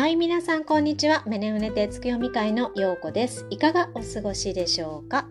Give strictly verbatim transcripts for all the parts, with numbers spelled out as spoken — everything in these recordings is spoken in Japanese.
はい、皆さんこんにちは。メネウネテツキ読み会のようこです。いかがお過ごしでしょうか？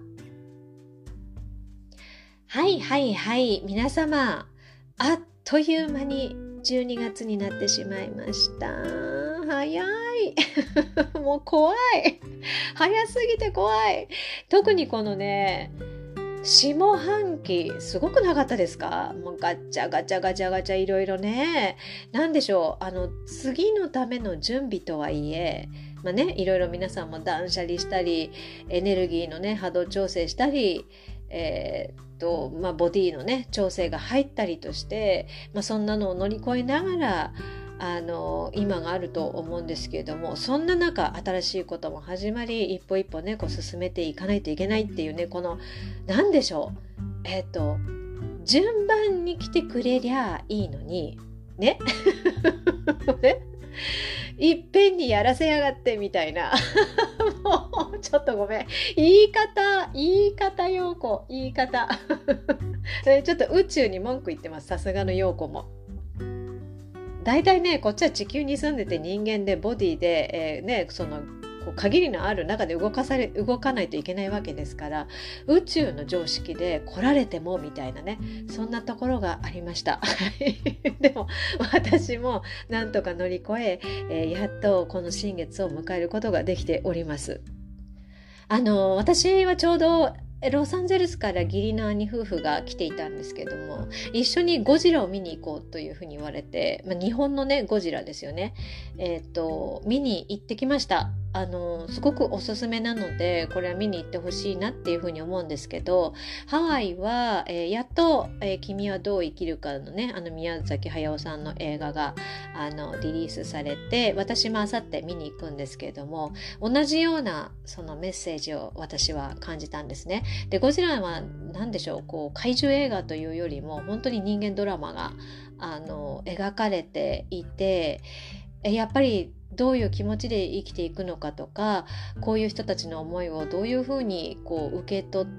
はいはいはい、皆様、あっという間にじゅうにがつになってしまいました。早いもう怖い早すぎて怖い。特にこのね下半期すごくなかったですか？もうガチャガチャガチャガチャいろいろね、なんでしょう、あの次のための準備とはいえ、まあね、いろいろ皆さんも断捨離したり、エネルギーのね波動調整したり、えーっとまあ、ボディのね調整が入ったりとして、まあ、そんなのを乗り越えながらあの今があると思うんですけれども、そんな中新しいことも始まり、一歩一歩ねこう進めていかないといけないっていうね、このなんでしょう、えっと順番に来てくれりゃいいのにねねいっぺんにやらせやがってみたいなもうちょっとごめん、言い方言い方ようこ言い方ちょっと宇宙に文句言ってます。さすがのようこも。大体ねこっちは地球に住んでて人間でボディで、えー、ねそのこう限りのある中で動かされ動かないといけないわけですから、宇宙の常識で来られてもみたいなね、そんなところがありましたでも私もなんとか乗り越ええー、やっとこの新月を迎えることができております。あの私はちょうどロサンゼルスから義理の兄夫婦が来ていたんですけども、一緒にゴジラを見に行こうというふうに言われて、まあ、日本のねゴジラですよね、えー、と見に行ってきました。あのすごくおすすめなのでこれは見に行ってほしいなっていうふうに思うんですけど、ハワイは、えー、やっと、えー「君はどう生きるか」のねあの宮崎駿さんの映画があのリリースされて、私もあさって見に行くんですけれども、同じようなそのメッセージを私は感じたんですね。でゴジラは何でしょう、こう怪獣映画というよりも本当に人間ドラマがあの描かれていて、やっぱりどういう気持ちで生きていくのかとか、こういう人たちの思いをどういうふうにこう受け取って、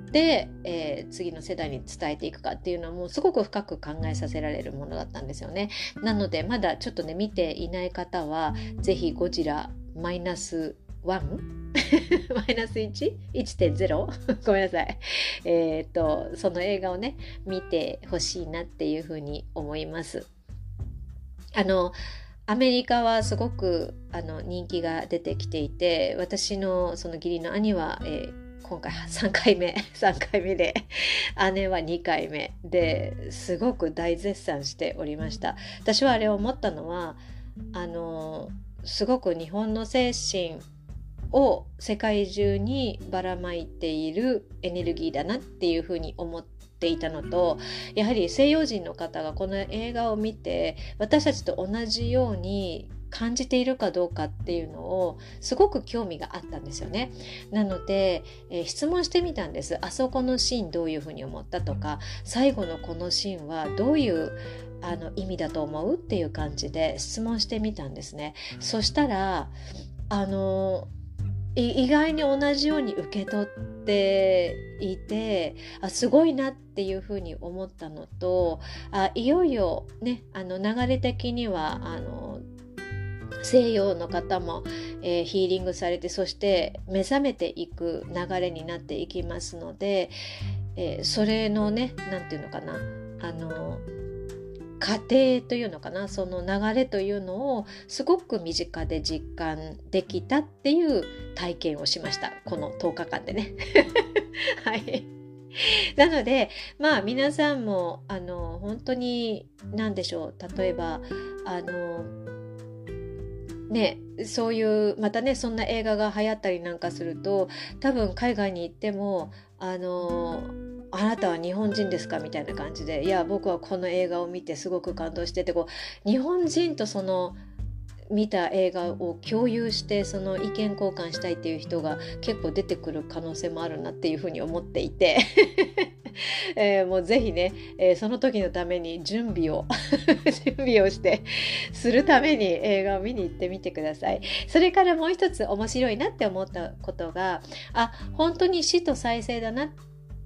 えー、次の世代に伝えていくかっていうのはもうすごく深く考えさせられるものだったんですよね。なのでまだちょっとね見ていない方はぜひゴジラマイナスワンマイナス いち?いちてんゼロ? ごめんなさい。えっとその映画をね見てほしいなっていうふうに思います。あのアメリカはすごくあの人気が出てきていて、私のその義理の兄は、えー、今回さんかいめさんかいめで姉はにかいめですごく大絶賛しておりました。私はあれを思ったのは、あのすごく日本の精神を世界中にばらまいているエネルギーだなっていうふうに思っていたのと、やはり西洋人の方がこの映画を見て私たちと同じように感じているかどうかっていうのをすごく興味があったんですよね。なので、えー、質問してみたんです。あそこのシーンどういうふうに思ったとか、最後のこのシーンはどういうあの意味だと思うっていう感じで質問してみたんですね。そしたらあの意外に同じように受け取っていて、あすごいなっていうふうに思ったのと、あいよいよねあの流れ的にはあの西洋の方も、えー、ヒーリングされて、そして目覚めていく流れになっていきますので、えー、それのねなんていうのかな、あの過程というのかな、その流れというのをすごく身近で実感できたっていう体験をしました、このとおかかんでねはいなのでまあ皆さんもあの本当に何でしょう、例えばあのねそういうまたねそんな映画が流行ったりなんかすると、多分海外に行ってもあのあなたは日本人ですかみたいな感じで、いや僕はこの映画を見てすごく感動してて、こう日本人とその見た映画を共有してその意見交換したいっていう人が結構出てくる可能性もあるなっていうふうに思っていてえー、もうぜひね、えー、その時のために準備を準備をしてするために映画を見に行ってみてください。それからもう一つ面白いなって思ったことが、あ本当に死と再生だなっ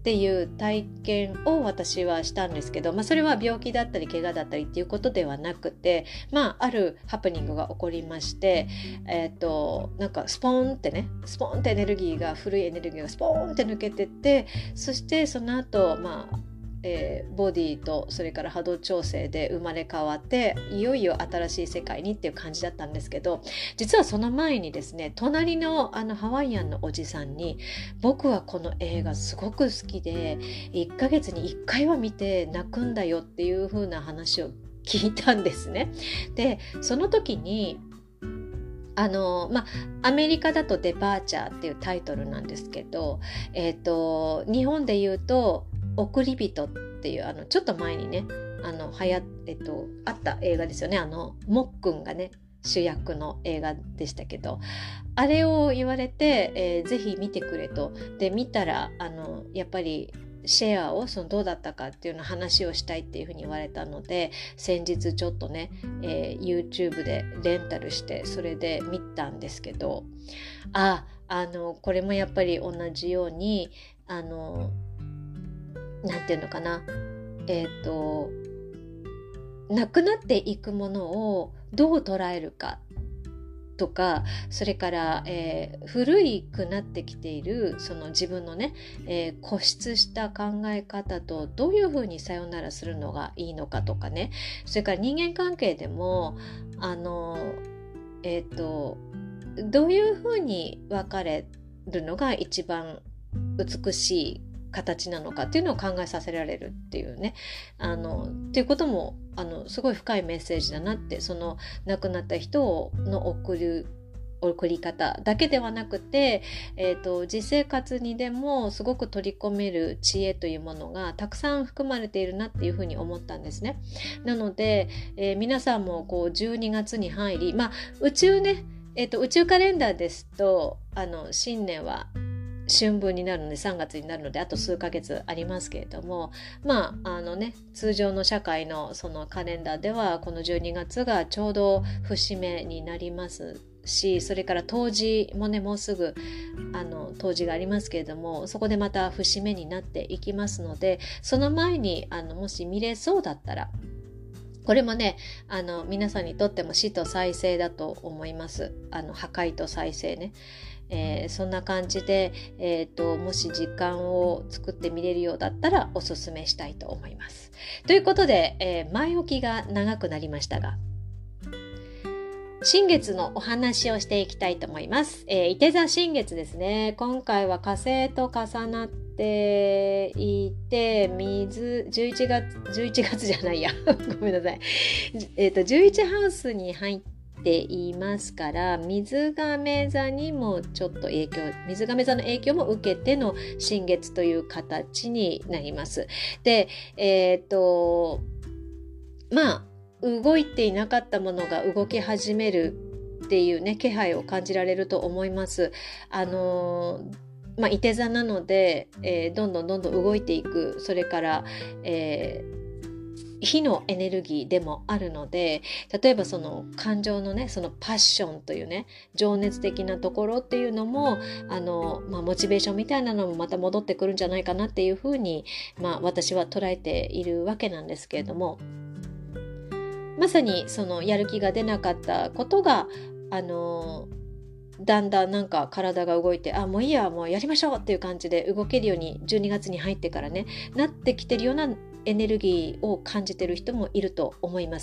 っていう体験を私はしたんですけど、まあ、それは病気だったり怪我だったりっていうことではなくて、まあ、あるハプニングが起こりまして、えーと、なんかスポーンってねスポーンってエネルギーが古いエネルギーがスポーンって抜けてって、そしてその後、まあえー、ボディとそれから波動調整で生まれ変わって、いよいよ新しい世界にっていう感じだったんですけど、実はその前にですね、隣のあのハワイアンのおじさんに、僕はこの映画すごく好きでいっかげつにいっかいは見て泣くんだよっていう風な話を聞いたんですね。でその時にあのまあ、アメリカだとデパーチャーっていうタイトルなんですけど、えーと、日本で言うと送り人っていう、あのちょっと前にねあのはや、えっと、あった映画ですよね。あのもっくんがね主役の映画でしたけど、あれを言われて、えー、ぜひ見てくれと。で見たらあのやっぱりシェアをそのどうだったかっていうの話をしたいっていうふうに言われたので、先日ちょっとね、えー、YouTube でレンタルしてそれで見たんですけど、ああのこれもやっぱり同じようにあのなんていうのかな、えっとなくなっていくものをどう捉えるかとか、それから、えー、古いくなってきているその自分のね、えー、固執した考え方とどういうふうにさよならするのがいいのかとかね、それから人間関係でもあのえっとどういうふうに別れるのが一番美しい形なのかっていうのを考えさせられるっていうね、あのっていうこともあのすごい深いメッセージだなって、その亡くなった人の送る送り方だけではなくて、えーと、実生活にでもすごく取り込める知恵というものがたくさん含まれているなっていうふうに思ったんですね。なので、えー、皆さんもこうじゅうにがつに入り、まあ宇宙ね、えーと、宇宙カレンダーですとあの新年は春分になるのでさんがつになるのであと数ヶ月ありますけれども、まああのね通常の社会のそのカレンダーではこのじゅうにがつがちょうど節目になりますし、それから冬至もねもうすぐあの冬至がありますけれども、そこでまた節目になっていきますので、その前にあのもし見れそうだったら、これもねあの皆さんにとっても死と再生だと思います。あの破壊と再生ね、えー、そんな感じで、えーと、もし時間を作って見れるようだったらおすすめしたいと思います。ということで、えー、前置きが長くなりましたが、新月のお話をしていきたいと思います。えー、いて座新月ですね。今回は火星と重なっていて、水じゅういちがつじゅういちがつじゃないやごめんなさい、えーと、じゅういちハウスに入っていますから、水亀座にもちょっと影響、水亀座の影響も受けての新月という形になります。で、えっとまあ動いていなかったものが動き始めるっていうね気配を感じられると思います。あのまあいて座なので、えー、どんどんどんどん動いていく、それから、えー、火のエネルギーでもあるので、例えばその感情のねそのパッションというね情熱的なところっていうのもあの、まあ、モチベーションみたいなのもまた戻ってくるんじゃないかなっていうふうに、まあ、私は捉えているわけなんですけれども、まさにそのやる気が出なかったことがあのだんだんなんか体が動いて、あもういいやもうやりましょうっていう感じで動けるようにじゅうにがつに入ってからねなってきてるようなエネルギーを感じてる人もいると思います。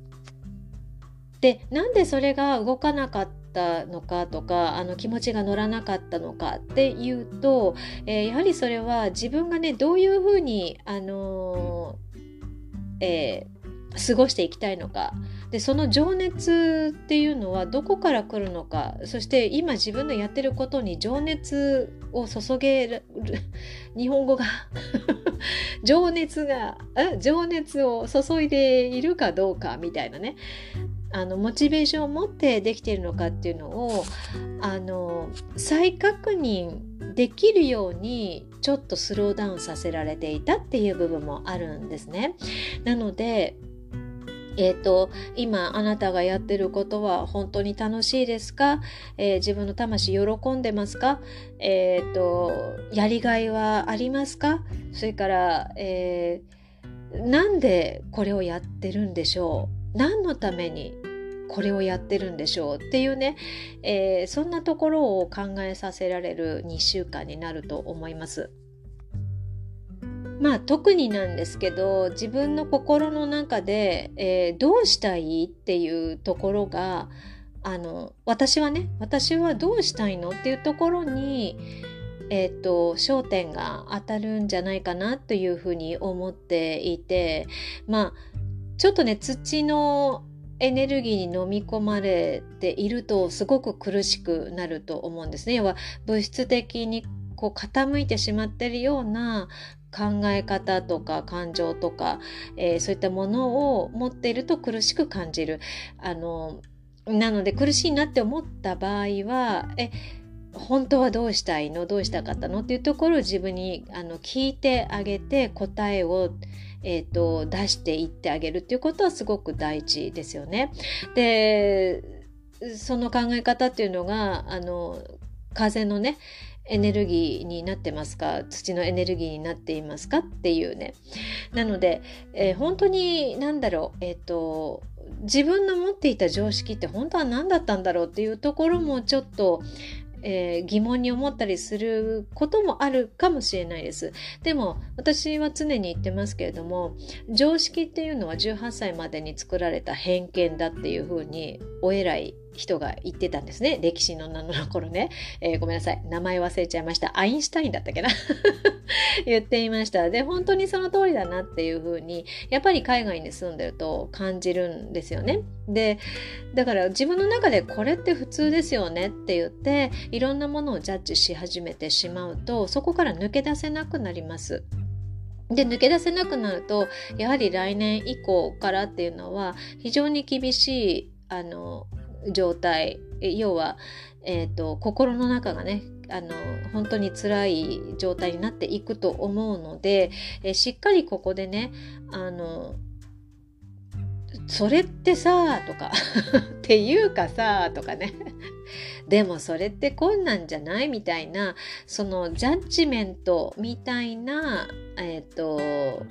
で、なんでそれが動かなかったのかとか、あの気持ちが乗らなかったのかっていうと、えー、やはりそれは自分がねどういうふうにあのーえー過ごしていきたいのか、でその情熱っていうのはどこから来るのか、そして今自分のやってることに情熱を注げる日本語が情熱が情熱を注いでいるかどうかみたいなね、あのモチベーションを持ってできているのかっていうのをあの再確認できるようにちょっとスローダウンさせられていたっていう部分もあるんですね。なのでえーと、今あなたがやってることは本当に楽しいですか？えー自分の魂喜んでますか？えーと、やりがいはありますか？それから、えーなんでこれをやってるんでしょう？何のためにこれをやってるんでしょうっていうね、えーそんなところを考えさせられるにしゅうかんになると思います。まあ特になんですけど、自分の心の中で、えーどうしたいっていうところが、あの私はね私はどうしたいのっていうところに、えーと焦点が当たるんじゃないかなというふうに思っていて、まあちょっとね土のエネルギーに飲み込まれているとすごく苦しくなると思うんですね。要は物質的にこう傾いてしまっているような考え方とか感情とか、えーそういったものを持っていると苦しく感じる。あのなので苦しいなって思った場合は、え本当はどうしたいのどうしたかったのっていうところを自分にあの聞いてあげて答えを、えーと出していってあげるっていうことはすごく大事ですよね。でその考え方っていうのがあの風のねエネルギーになってますか、土のエネルギーになっていますかっていうね。なので、えー本当に何だろう、えっ、と自分の持っていた常識って本当は何だったんだろうっていうところもちょっと、えー疑問に思ったりすることもあるかもしれないです。でも私は常に言ってますけれども、常識っていうのはじゅうはっさいまでに作られた偏見だっていうふうにお偉い人が言ってたんですね。歴史の名の頃ね、えーごめんなさい名前忘れちゃいました。アインシュタインだったっけな言っていました。で本当にその通りだなっていうふうにやっぱり海外に住んでると感じるんですよね。でだから自分の中でこれって普通ですよねって言っていろんなものをジャッジし始めてしまうと、そこから抜け出せなくなります。で抜け出せなくなるとやはり来年以降からっていうのは非常に厳しいあの状態、え要は、えーと、心の中がねあの本当に辛い状態になっていくと思うので、えしっかりここでねあのそれってさとかっていうかさとかねでもそれってこんなんじゃないみたいな、そのジャッジメントみたいなえっ、と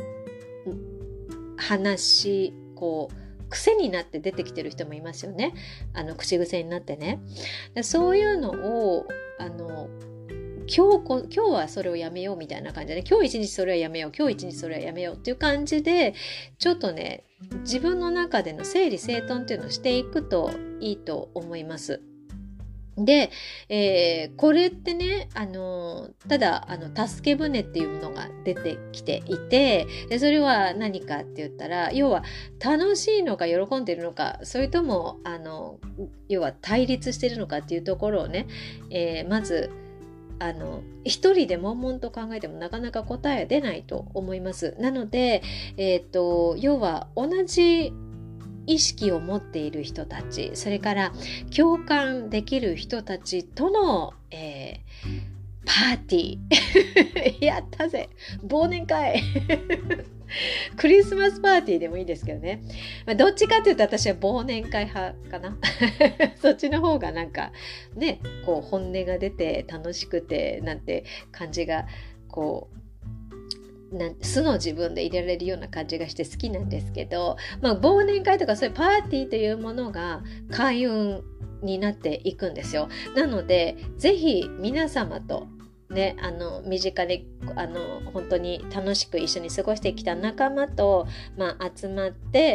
話こう癖になって出てきてる人もいますよね。あの口癖になってね。でそういうのをあの今日こ今日はそれをやめようみたいな感じで、ね、今日一日それはやめよう今日一日それはやめようっていう感じでちょっとね自分の中での整理整頓っていうのをしていくといいと思います。で、えーこれってね、あのただあの助け舟っていうのが出てきていて、でそれは何かって言ったら要は楽しいのか喜んでいるのか、それともあの要は対立しているのかっていうところをね、えーまずあの一人で悶々と考えてもなかなか答えは出ないと思います。なので、えーと要は同じ意識を持っている人たち、それから共感できる人たちとの、えーパーティーやったぜ忘年会クリスマスパーティーでもいいですけどね、まあ、どっちかというと私は忘年会派かなそっちの方がなんかねこう本音が出て楽しくてなんて感じがこうなん素の自分で入れられるような感じがして好きなんですけど、まあ、忘年会とかそういうパーティーというものが開運になっていくんですよ。なのでぜひ皆様とね、あの身近にあの本当に楽しく一緒に過ごしてきた仲間と、まあ、集まって、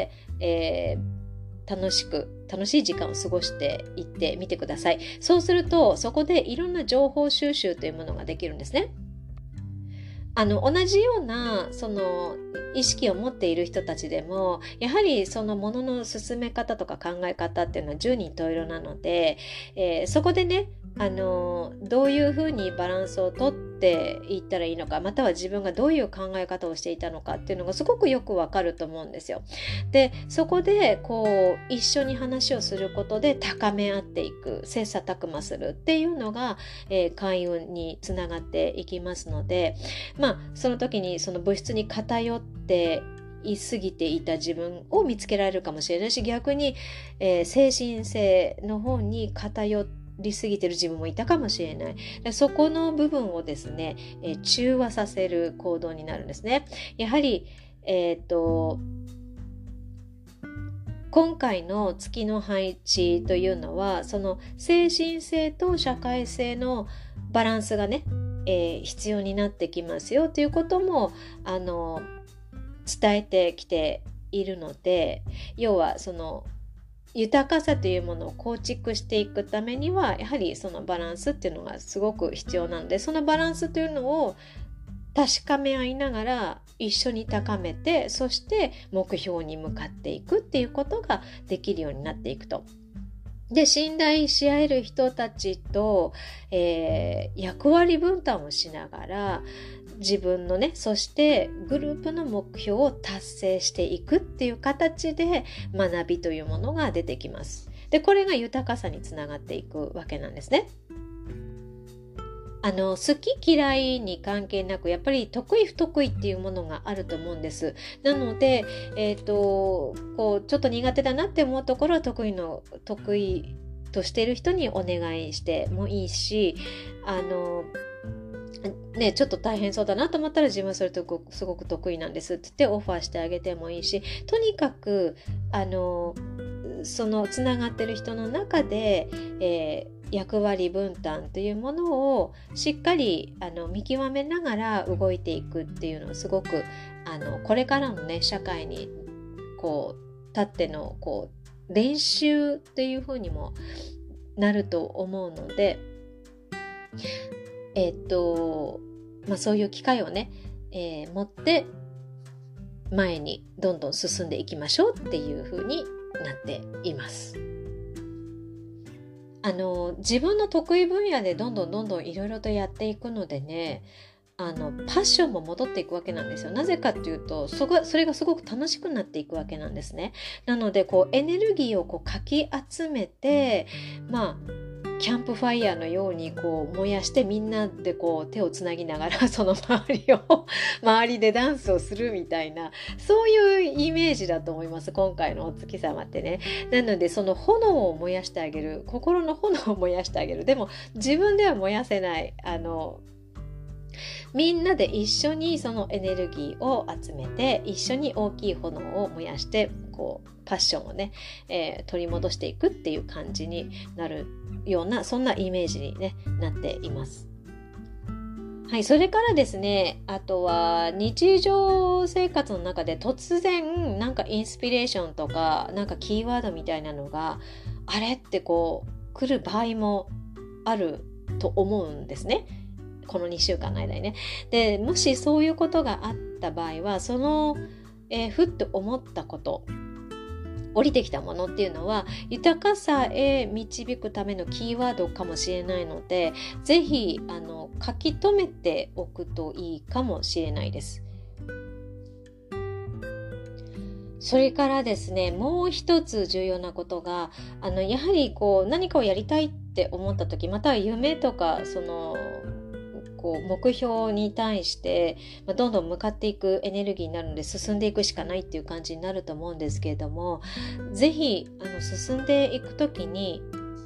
えー楽しく楽しい時間を過ごしていってみてください。そうするとそこでいろんな情報収集というものができるんですね。あの同じようなその意識を持っている人たちでもやはりそのものの進め方とか考え方っていうのは十人十色なので、えーそこでねあのどういうふうにバランスをとっていったらいいのか、または自分がどういう考え方をしていたのかっていうのがすごくよくわかると思うんですよ。でそこでこう一緒に話をすることで高め合っていく、切磋琢磨するっていうのが、えー開運につながっていきますので、まあその時にその物質に偏っていすぎていた自分を見つけられるかもしれないし、逆に、えー、精神性の方に偏りすぎてる自分もいたかもしれない。でそこの部分をですね、えー、中和させる行動になるんですね。やはり、えーと、今回の月の配置というのは、その精神性と社会性のバランスがね、えー、必要になってきますよということもあの伝えてきているので、要はその豊かさというものを構築していくためにはやはりそのバランスっていうのがすごく必要なので、そのバランスというのを確かめ合いながら一緒に高めて、そして目標に向かっていくっていうことができるようになっていくと。で、信頼し合える人たちと、えー、役割分担をしながら自分のね、そしてグループの目標を達成していくっていう形で学びというものが出てきます。で、これが豊かさにつながっていくわけなんですね。あの好き嫌いに関係なく、やっぱり得意不得意っていうものがあると思うんです。なので、えーと、こうちょっと苦手だなって思うところは得意の得意としている人にお願いしてもいいし、あのね、ちょっと大変そうだなと思ったら自分それとすごく得意なんですって言ってオファーしてあげてもいいし、とにかくあのそのつながってる人の中で、えー役割分担というものをしっかりあの見極めながら動いていくっていうのをすごくあのこれからのね社会にこう立ってのこう練習っていう風にもなると思うので、えっとまあそういう機会をね、えー、持って前にどんどん進んでいきましょうっていう風になっています。あの自分の得意分野でどんどんどんどんいろいろとやっていくのでね、あのパッションも戻っていくわけなんですよ。なぜかというと、そこそれがすごく楽しくなっていくわけなんですね。なのでこうエネルギーをこうかき集めて、まあキャンプファイヤーのようにこう燃やして、みんなでこう手をつなぎながらその周りを周りでダンスをするみたいな、そういうイメージだと思います、今回のお月様ってね。なのでその炎を燃やしてあげる、心の炎を燃やしてあげる。でも自分では燃やせない、あのみんなで一緒にそのエネルギーを集めて、一緒に大きい炎を燃やしてこうパッションをね、えー、取り戻していくっていう感じになるような、そんなイメージに、ね、なっています。はい、それからですね、あとは日常生活の中で突然なんかインスピレーションとかなんかキーワードみたいなのがあれってこう来る場合もあると思うんですね。このにしゅうかんの間にね。で、もしそういうことがあった場合は、その、えー、ふっと思ったこと、降りてきたものっていうのは豊かさへ導くためのキーワードかもしれないので、ぜひあの書き留めておくといいかもしれないです。それからですね、もう一つ重要なことが、あのやはりこう何かをやりたいって思った時、または夢とかそのこう目標に対して、まあ、どんどん向かっていくエネルギーになるので進んでいくしかないっていう感じになると思うんですけれども、ぜひあの進んでいくときに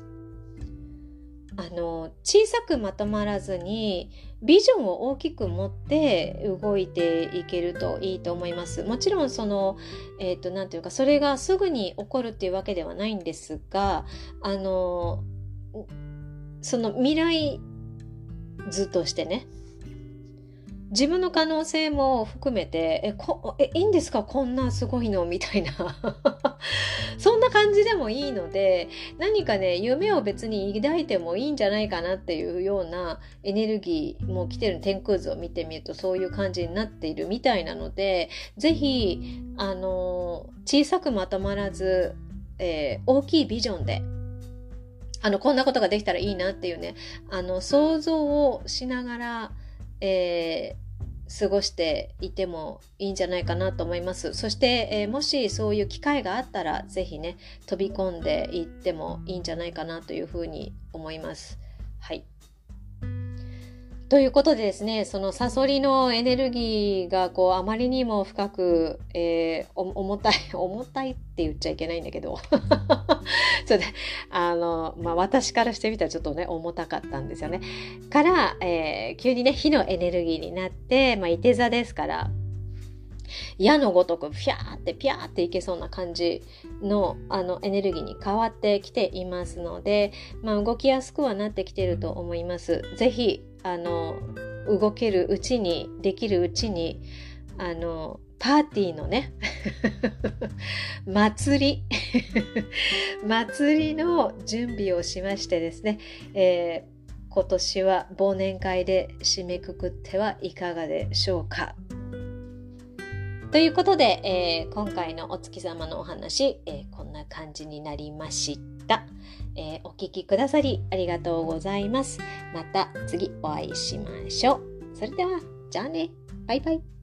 あの小さくまとまらずにビジョンを大きく持って動いていけるといいと思います。もちろんその、えーと、なんていうか、それがすぐに起こるっていうわけではないんですが、あのその未来図としてね、自分の可能性も含めて、えこえいいんですかこんなすごいのみたいなそんな感じでもいいので、何かね夢を別に抱いてもいいんじゃないかなっていうようなエネルギーも来てる天空図を見てみるとそういう感じになっているみたいなので、ぜひあの小さくまとまらず、えー、大きいビジョンであのこんなことができたらいいなっていうね、あの想像をしながら、えー、過ごしていてもいいんじゃないかなと思います。そして、えー、もしそういう機会があったらぜひね飛び込んでいってもいいんじゃないかなというふうに思います。はい。 ということでですね、そのサソリのエネルギーがこうあまりにも深く、えー、重たい重たいって言っちゃいけないんだけどそれであの、まあ、私からしてみたらちょっとね重たかったんですよね。から、えー、急にね火のエネルギーになって、まあ、いて座ですから矢のごとくピャーってピャーっていけそうな感じのあのエネルギーに変わってきていますので、まあ、動きやすくはなってきていると思います。ぜひあの動けるうちにできるうちにあのパーティーのね祭り祭りの準備をしましてですね、えー、今年は忘年会で締めくくってはいかがでしょうか。ということで、えー、今回のお月様のお話、えー、こんな感じになりました。えー、お聞きくださりありがとうございます。また次お会いしましょう。それでは、じゃあね。バイバイ。